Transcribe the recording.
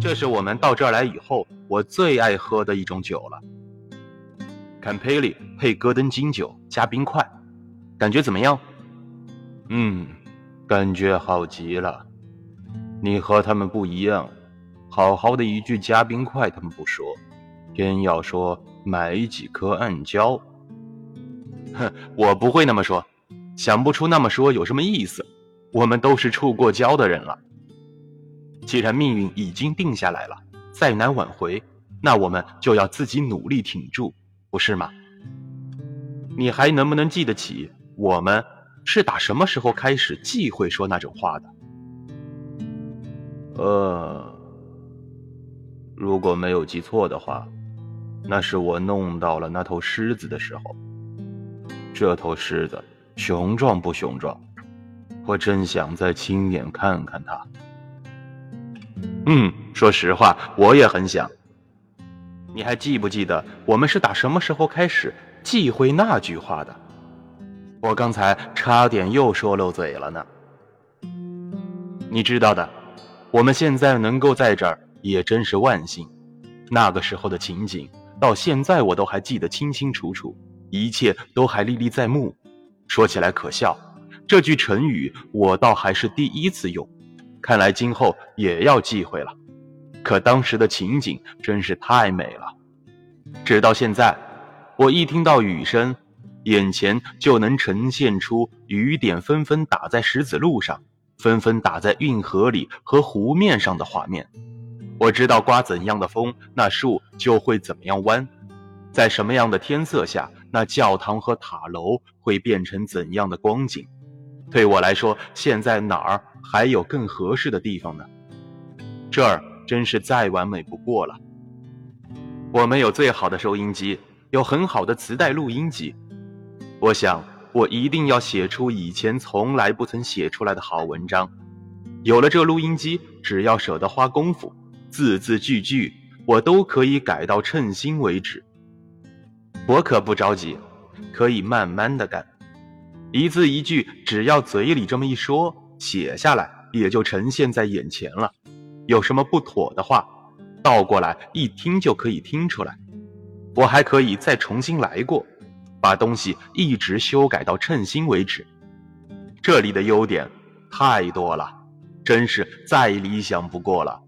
这是我们到这儿来以后我最爱喝的一种酒了。坎培里配戈登金酒加冰块，感觉怎么样？感觉好极了。你和他们不一样，好好的一句加冰块他们不说，偏要说买几颗暗胶。我不会那么说，想不出那么说有什么意思，我们都是触过胶的人了。既然命运已经定下来了，再难挽回，那我们就要自己努力挺住，不是吗？你还能不能记得起我们是打什么时候开始忌讳说那种话的？如果没有记错的话，那是我弄到了那头狮子的时候。这头狮子雄壮不雄壮？我真想再亲眼看看它。说实话，我也很想。你还记不记得我们是打什么时候开始忌讳那句话的？我刚才差点又说漏嘴了呢。你知道的，我们现在能够在这儿也真是万幸。那个时候的情景，到现在我都还记得清清楚楚，一切都还历历在目。说起来可笑，这句成语我倒还是第一次用，看来今后也要忌讳了。可当时的情景真是太美了，直到现在，我一听到雨声，眼前就能呈现出雨点纷纷打在石子路上，纷纷打在运河里和湖面上的画面。我知道刮怎样的风，那树就会怎么样弯，在什么样的天色下，那教堂和塔楼会变成怎样的光景。对我来说，现在哪儿还有更合适的地方呢？这儿真是再完美不过了。我们有最好的收音机，有很好的磁带录音机。我想我一定要写出以前从来不曾写出来的好文章。有了这录音机，只要舍得花功夫，字字句句我都可以改到称心为止。我可不着急，可以慢慢的干，一字一句只要嘴里这么一说，写下来也就呈现在眼前了。有什么不妥的话，倒过来一听就可以听出来。我还可以再重新来过，把东西一直修改到称心为止。这里的优点太多了，真是再理想不过了。